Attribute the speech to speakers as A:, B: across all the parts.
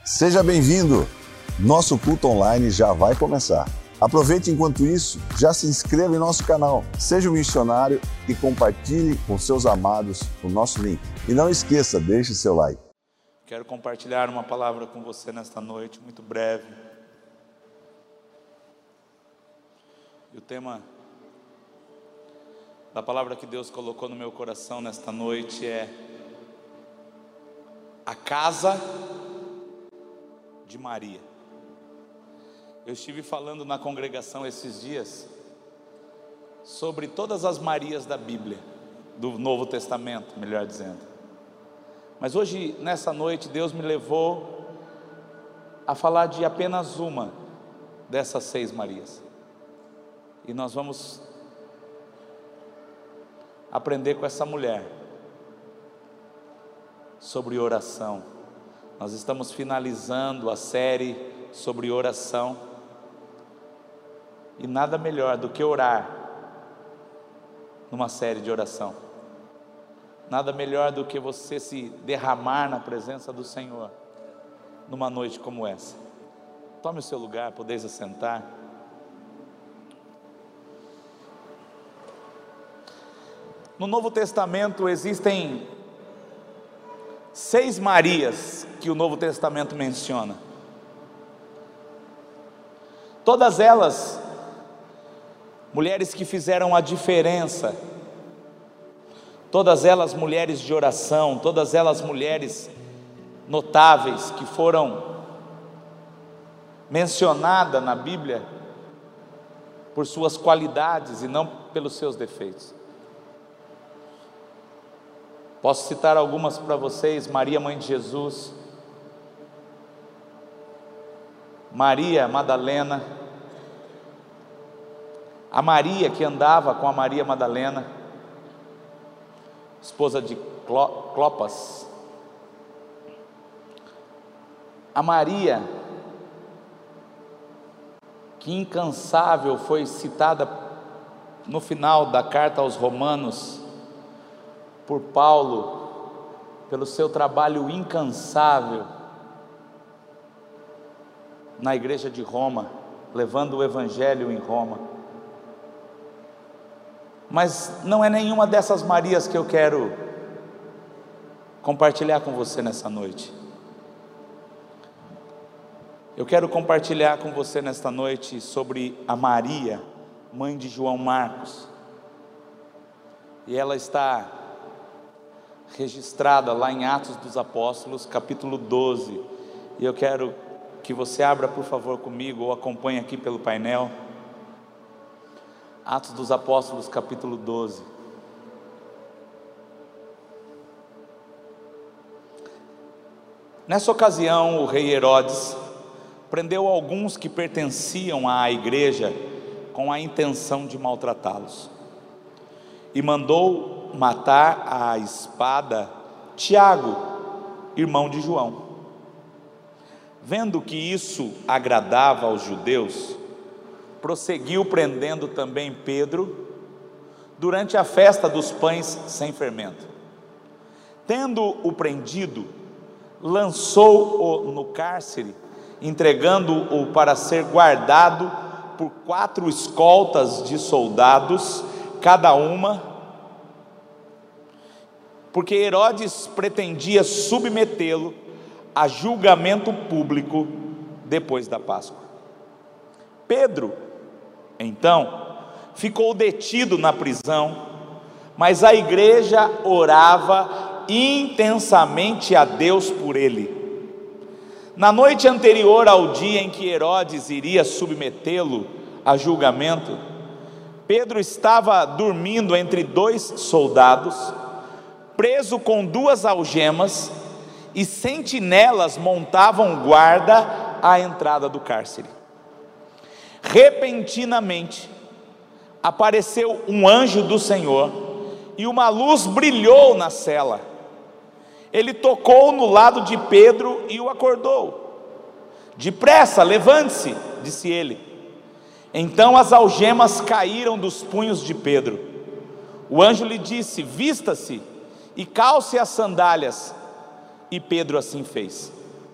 A: Seja bem-vindo! Nosso culto online já vai começar. Aproveite enquanto isso, já se inscreva em nosso canal, seja um missionário e compartilhe com seus amados o nosso link. E não esqueça, deixe seu like.
B: Quero compartilhar uma palavra com você nesta noite, muito breve. E o tema da palavra que Deus colocou no meu coração nesta noite é a casa de Maria. Eu estive falando na congregação esses dias sobre todas as Marias da Bíblia, do Novo Testamento, melhor dizendo. Mas hoje, nessa noite, Deus me levou a falar de apenas uma dessas 6 Marias. E nós vamos aprender com essa mulher sobre oração. Nós estamos finalizando a série sobre oração. E nada melhor do que orar numa série de oração. Nada melhor do que você se derramar na presença do Senhor numa noite como essa. Tome o seu lugar, podeis assentar. No Novo Testamento existem 6 Marias que o Novo Testamento menciona. Todas elas mulheres que fizeram a diferença, todas elas mulheres de oração, todas elas mulheres notáveis que foram mencionadas na Bíblia por suas qualidades e não pelos seus defeitos. Posso citar algumas para vocês: Maria, mãe de Jesus, Maria Madalena, a Maria que andava com a Maria Madalena, esposa de Clopas, a Maria que incansável foi citada no final da carta aos Romanos por Paulo, pelo seu trabalho incansável na igreja de Roma, levando o evangelho em Roma. Mas não é nenhuma dessas Marias que eu quero compartilhar com você nessa noite. Eu quero compartilhar com você nesta noite sobre a Maria, mãe de João Marcos. E ela está registrada lá em Atos dos Apóstolos, capítulo 12. E eu quero que você abra, por favor, comigo, ou acompanhe aqui pelo painel. Atos dos Apóstolos, capítulo 12. Nessa ocasião, o rei Herodes prendeu alguns que pertenciam à igreja com a intenção de maltratá-los, e mandou matar à espada Tiago, irmão de João. Vendo que isso agradava aos judeus, prosseguiu prendendo também Pedro durante a festa dos pães sem fermento. Tendo-o prendido, lançou-o no cárcere, entregando-o para ser guardado por 4 escoltas de soldados, cada uma, porque Herodes pretendia submetê-lo a julgamento público depois da Páscoa. Pedro, então, ficou detido na prisão, mas a igreja orava intensamente a Deus por ele. Na noite anterior ao dia em que Herodes iria submetê-lo a julgamento, Pedro estava dormindo entre 2 soldados, preso com 2 algemas, e sentinelas montavam guarda à entrada do cárcere. Repentinamente apareceu um anjo do Senhor, e uma luz brilhou na cela. Ele tocou no lado de Pedro e o acordou. Depressa, levante-se, disse ele. Então as algemas caíram dos punhos de Pedro. O anjo lhe disse: vista-se e calce as sandálias. E Pedro assim fez.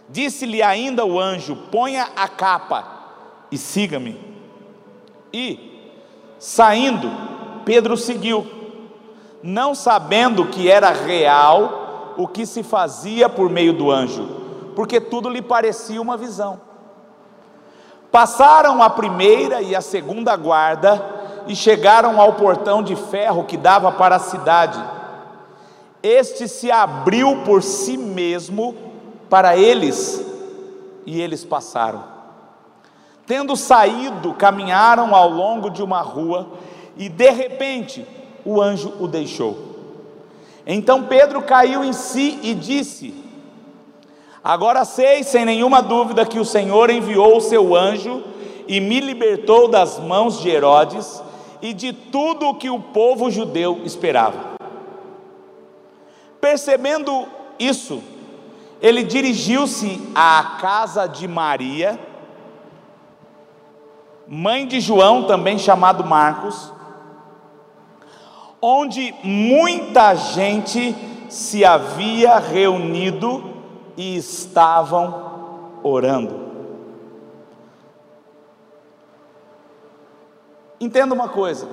B: Disse-lhe ainda o anjo: ponha a capa e siga-me. E, saindo, Pedro seguiu, não sabendo que era real o que se fazia por meio do anjo, porque tudo lhe parecia uma visão. Passaram a primeira e a segunda guarda e chegaram ao portão de ferro que dava para a cidade. Este se abriu por si mesmo para eles, e eles passaram. Tendo saído, caminharam ao longo de uma rua, e de repente o anjo o deixou. Então Pedro caiu em si e disse: agora sei sem nenhuma dúvida que o Senhor enviou o seu anjo e me libertou das mãos de Herodes e de tudo o que o povo judeu esperava. Percebendo isso, ele dirigiu-se à casa de Maria, mãe de João, também chamado Marcos, onde muita gente se havia reunido e estavam orando. Entenda uma coisa: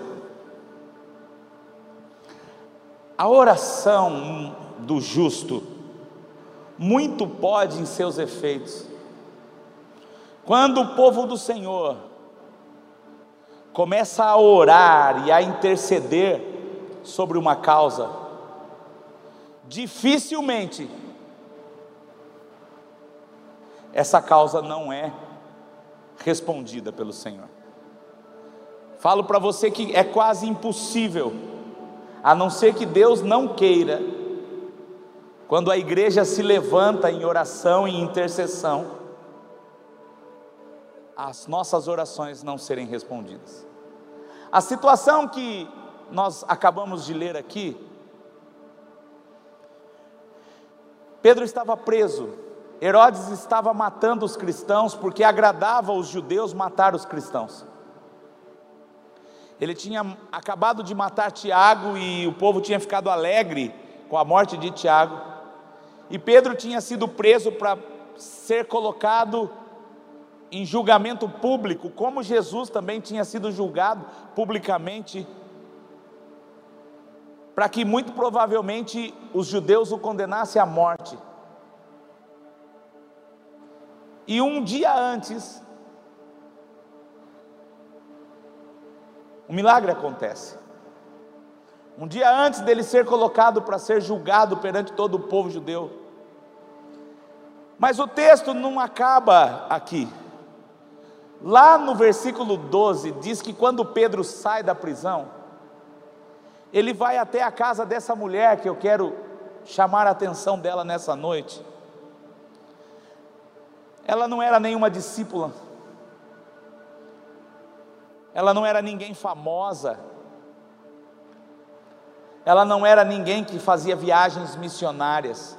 B: a oração do justo muito pode em seus efeitos. Quando o povo do Senhor começa a orar e a interceder sobre uma causa, dificilmente essa causa não é respondida pelo Senhor. Falo para você que é quase impossível, a não ser que Deus não queira, quando a igreja se levanta em oração e intercessão, as nossas orações não serem respondidas. A situação que nós acabamos de ler aqui, Pedro estava preso, Herodes estava matando os cristãos, porque agradava aos judeus matar os cristãos. Ele tinha acabado de matar Tiago e o povo tinha ficado alegre com a morte de Tiago, e Pedro tinha sido preso para ser colocado em julgamento público, como Jesus também tinha sido julgado publicamente, para que muito provavelmente os judeus o condenassem à morte. E um dia antes, um milagre acontece. Um dia antes dele ser colocado para ser julgado perante todo o povo judeu. Mas o texto não acaba aqui. Lá no versículo 12 diz que quando Pedro sai da prisão, ele vai até a casa dessa mulher, que eu quero chamar a atenção dela nessa noite. Ela não era nenhuma discípula, ela não era ninguém famosa, ela não era ninguém que fazia viagens missionárias,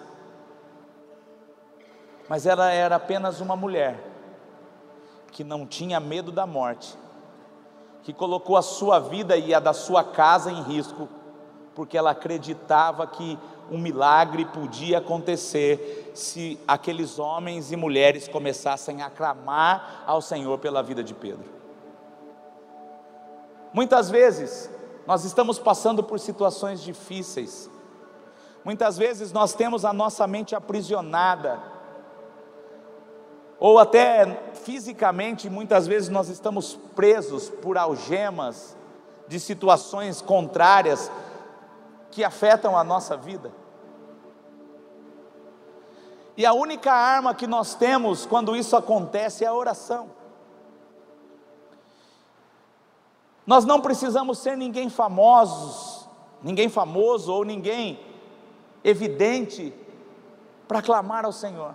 B: mas ela era apenas uma mulher que não tinha medo da morte, que colocou a sua vida e a da sua casa em risco, porque ela acreditava que um milagre podia acontecer se aqueles homens e mulheres começassem a clamar ao Senhor pela vida de Pedro. Muitas vezes nós estamos passando por situações difíceis, muitas vezes nós temos a nossa mente aprisionada, ou até fisicamente, muitas vezes nós estamos presos por algemas de situações contrárias que afetam a nossa vida. E a única arma que nós temos quando isso acontece é a oração. Nós não precisamos ser ninguém famoso ou ninguém evidente para clamar ao Senhor.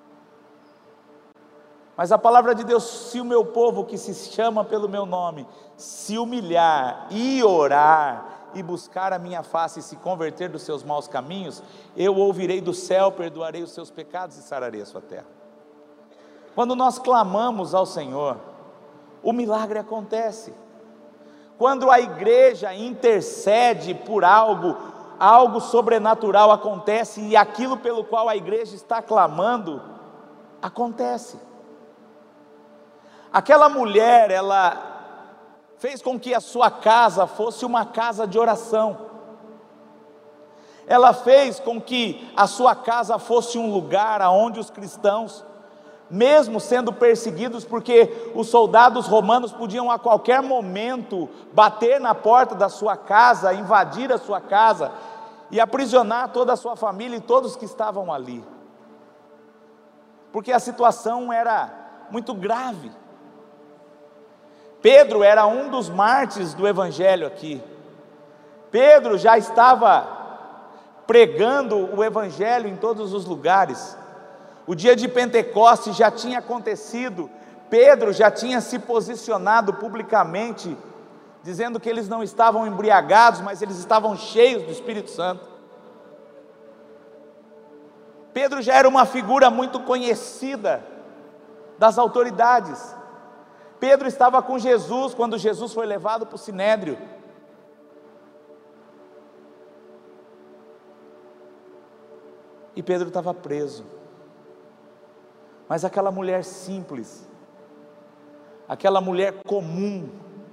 B: Mas a palavra de Deus: se o meu povo que se chama pelo meu nome se humilhar e orar e buscar a minha face e se converter dos seus maus caminhos, eu ouvirei do céu, perdoarei os seus pecados e sararei a sua terra. Quando nós clamamos ao Senhor, o milagre acontece. Quando a igreja intercede por algo sobrenatural acontece, e aquilo pelo qual a igreja está clamando acontece. Aquela mulher, ela fez com que a sua casa fosse uma casa de oração. Ela fez com que a sua casa fosse um lugar aonde os cristãos, mesmo sendo perseguidos, porque os soldados romanos podiam a qualquer momento bater na porta da sua casa, invadir a sua casa e aprisionar toda a sua família e todos que estavam ali, porque a situação era muito grave. Pedro era um dos mártires do evangelho aqui. Pedro já estava pregando o evangelho em todos os lugares. O dia de Pentecostes já tinha acontecido. Pedro já tinha se posicionado publicamente, dizendo que eles não estavam embriagados, mas eles estavam cheios do Espírito Santo. Pedro já era uma figura muito conhecida das autoridades. Pedro estava com Jesus quando Jesus foi levado para o Sinédrio. E Pedro estava preso. Mas aquela mulher simples, aquela mulher comum,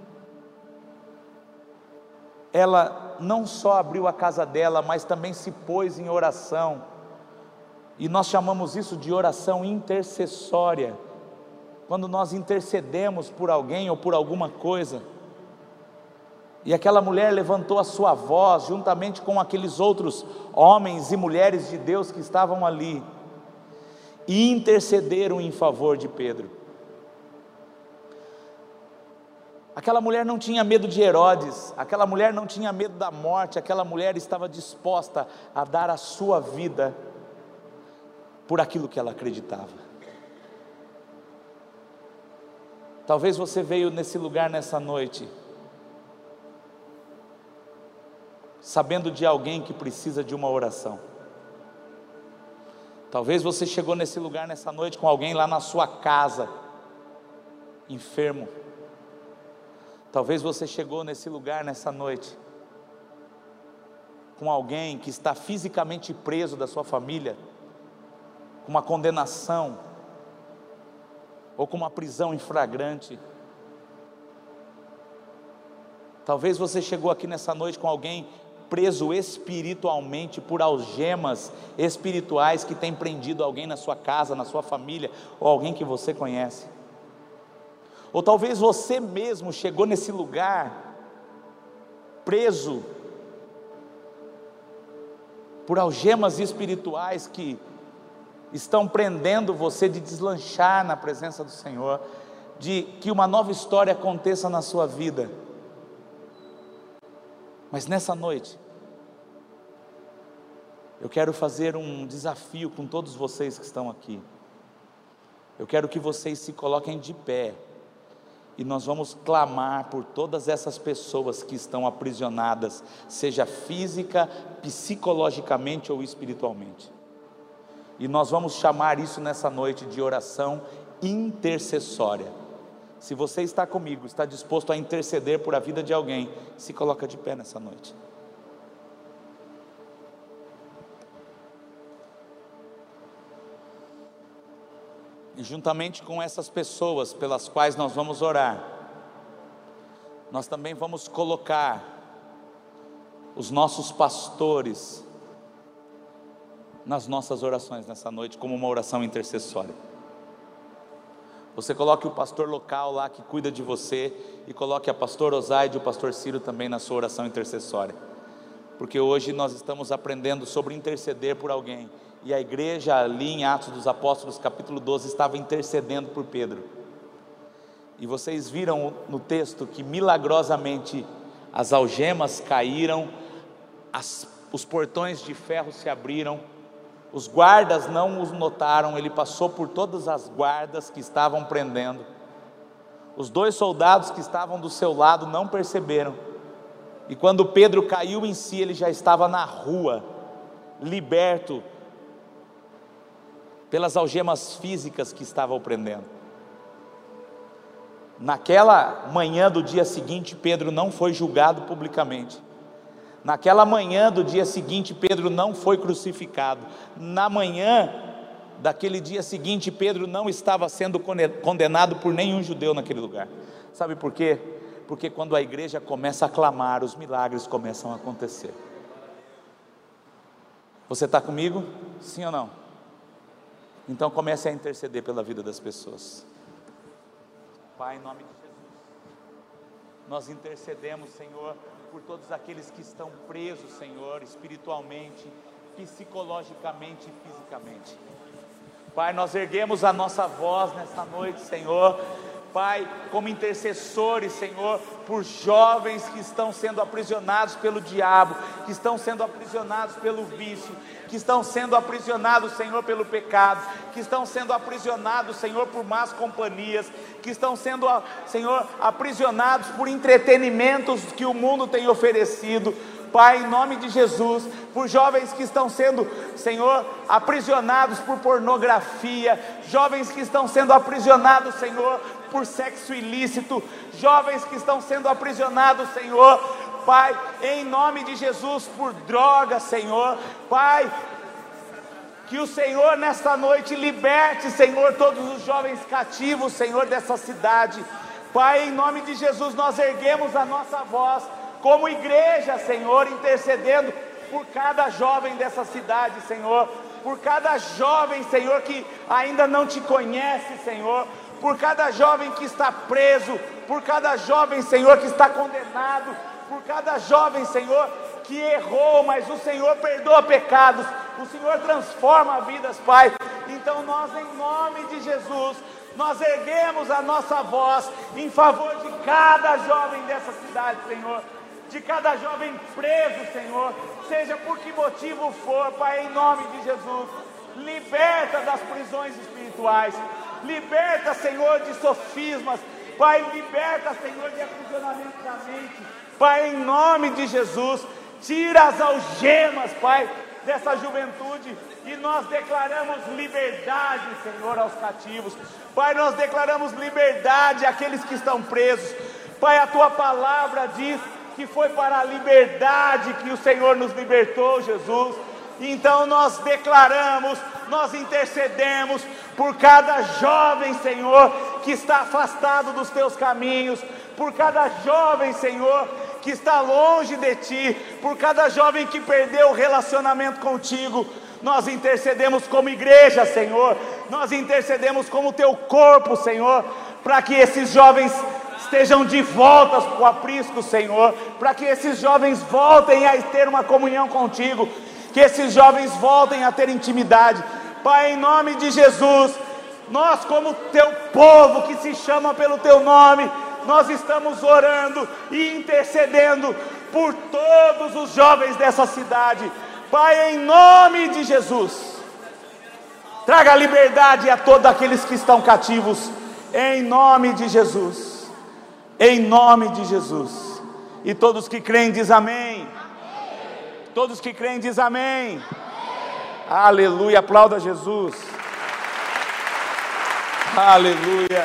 B: ela não só abriu a casa dela, mas também se pôs em oração. E nós chamamos isso de oração intercessória. Quando nós intercedemos por alguém ou por alguma coisa, e aquela mulher levantou a sua voz, juntamente com aqueles outros homens e mulheres de Deus que estavam ali, e intercederam em favor de Pedro. Aquela mulher não tinha medo de Herodes, aquela mulher não tinha medo da morte, aquela mulher estava disposta a dar a sua vida por aquilo que ela acreditava. Talvez você veio nesse lugar nessa noite, sabendo de alguém que precisa de uma oração. Talvez você chegou nesse lugar nessa noite com alguém lá na sua casa, enfermo. Talvez você chegou nesse lugar nessa noite com alguém que está fisicamente preso da sua família, com uma condenação, ou com uma prisão em flagrante. Talvez você chegou aqui nessa noite com alguém preso espiritualmente por algemas espirituais que tem prendido alguém na sua casa, na sua família, ou alguém que você conhece. Ou talvez você mesmo chegou nesse lugar preso por algemas espirituais que estão prendendo você de deslanchar na presença do Senhor, de que uma nova história aconteça na sua vida. Mas nessa noite, eu quero fazer um desafio com todos vocês que estão aqui. Eu quero que vocês se coloquem de pé, e nós vamos clamar por todas essas pessoas que estão aprisionadas, seja física, psicologicamente ou espiritualmente. E nós vamos chamar isso nessa noite de oração intercessória. Se você está comigo, está disposto a interceder por a vida de alguém, se coloca de pé nessa noite. E juntamente com essas pessoas pelas quais nós vamos orar, nós também vamos colocar os nossos pastores nas nossas orações nessa noite, como uma oração intercessória. Você coloque o pastor local lá que cuida de você, e coloque a pastora Osaide e o pastor Ciro também na sua oração intercessória, porque hoje nós estamos aprendendo sobre interceder por alguém, e a igreja ali em Atos dos Apóstolos capítulo 12 estava intercedendo por Pedro, e vocês viram no texto que milagrosamente as algemas caíram, os portões de ferro se abriram, os guardas não os notaram, ele passou por todas as guardas que estavam prendendo, os 2 soldados que estavam do seu lado não perceberam, e quando Pedro caiu em si, ele já estava na rua, liberto pelas algemas físicas que estavam prendendo. Naquela manhã do dia seguinte, Pedro não foi julgado publicamente. Naquela manhã do dia seguinte, Pedro não foi crucificado. Na manhã daquele dia seguinte, Pedro não estava sendo condenado por nenhum judeu naquele lugar. Sabe por quê? Porque quando a igreja começa a clamar, os milagres começam a acontecer. Você está comigo? Sim ou não? Então comece a interceder pela vida das pessoas. Pai, em nome de Jesus, nós intercedemos, Senhor, por todos aqueles que estão presos, Senhor, espiritualmente, psicologicamente e fisicamente. Pai, nós erguemos a nossa voz nesta noite, Senhor, Pai, como intercessores, Senhor, por jovens que estão sendo aprisionados pelo diabo, que estão sendo aprisionados pelo vício, que estão sendo aprisionados, Senhor, pelo pecado, que estão sendo aprisionados, Senhor, por más companhias, que estão sendo, Senhor, aprisionados por entretenimentos que o mundo tem oferecido. Pai, em nome de Jesus, por jovens que estão sendo, Senhor, aprisionados por pornografia, jovens que estão sendo aprisionados, Senhor, por sexo ilícito, jovens que estão sendo aprisionados, Senhor, Pai, em nome de Jesus, por drogas, Senhor, Pai, que o Senhor nesta noite liberte, Senhor, todos os jovens cativos, Senhor, dessa cidade. Pai, em nome de Jesus, nós erguemos a nossa voz como igreja, Senhor, intercedendo por cada jovem dessa cidade, Senhor, por cada jovem, Senhor, que ainda não te conhece, Senhor, por cada jovem que está preso, por cada jovem, Senhor, que está condenado, por cada jovem, Senhor, que errou, mas o Senhor perdoa pecados, o Senhor transforma vidas, Pai. Então nós, em nome de Jesus, nós erguemos a nossa voz em favor de cada jovem dessa cidade, Senhor, de cada jovem preso, Senhor, seja por que motivo for, Pai, em nome de Jesus, liberta das prisões espirituais, liberta, Senhor, de sofismas, Pai, liberta, Senhor, de aprisionamento da mente, Pai, em nome de Jesus, tira as algemas, Pai, dessa juventude, e nós declaramos liberdade, Senhor, aos cativos, Pai, nós declaramos liberdade àqueles que estão presos, Pai, a Tua palavra diz que foi para a liberdade que o Senhor nos libertou, Jesus. Então nós declaramos, nós intercedemos por cada jovem, Senhor, que está afastado dos Teus caminhos, por cada jovem, Senhor, que está longe de Ti, por cada jovem que perdeu o relacionamento contigo. Nós intercedemos como igreja, Senhor, nós intercedemos como Teu corpo, Senhor, para que esses jovens estejam de volta para o aprisco, Senhor, para que esses jovens voltem a ter uma comunhão contigo, que esses jovens voltem a ter intimidade, Pai, em nome de Jesus, nós como Teu povo que se chama pelo Teu nome, nós estamos orando e intercedendo por todos os jovens dessa cidade, Pai, em nome de Jesus, traga liberdade a todos aqueles que estão cativos, em nome de Jesus. Em nome de Jesus. E todos que creem diz amém. Todos que creem diz amém. Aleluia, aplauda Jesus. Aleluia.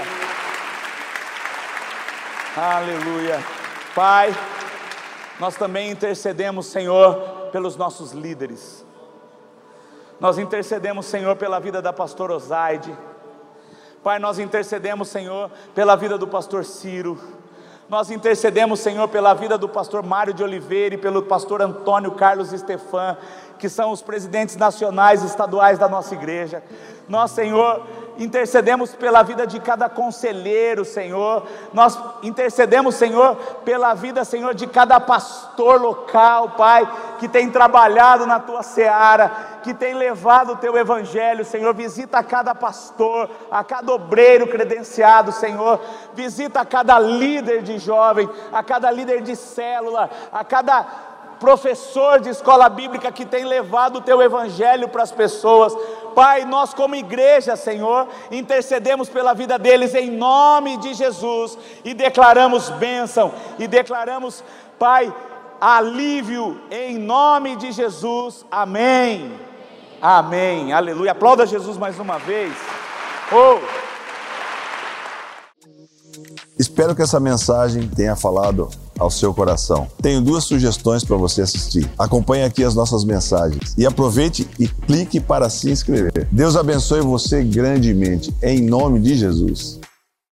B: Aleluia. Pai, nós também intercedemos, Senhor, pelos nossos líderes. Nós intercedemos, Senhor, pela vida da pastora Osaide. Pai, nós intercedemos, Senhor, pela vida do pastor Ciro. Nós intercedemos, Senhor, pela vida do pastor Mário de Oliveira e pelo pastor Antônio Carlos Estefan, que são os presidentes nacionais e estaduais da nossa igreja. Nós, Senhor, intercedemos pela vida de cada conselheiro, Senhor. Nós intercedemos, Senhor, pela vida, Senhor, de cada pastor local, Pai, que tem trabalhado na Tua seara, que tem levado o Teu evangelho, Senhor. Visita a cada pastor, a cada obreiro credenciado, Senhor. Visita a cada líder de jovem, a cada líder de célula, a cada professor de escola bíblica que tem levado o Teu evangelho para as pessoas. Pai, nós como igreja, Senhor, intercedemos pela vida deles em nome de Jesus e declaramos bênção e declaramos, Pai, alívio em nome de Jesus. Amém. Amém. Aleluia. Aplauda Jesus mais uma vez. Oh.
A: Espero que essa mensagem tenha falado ao seu coração. Tenho 2 sugestões para você assistir. Acompanhe aqui as nossas mensagens e aproveite e clique para se inscrever. Deus abençoe você grandemente, em nome de Jesus.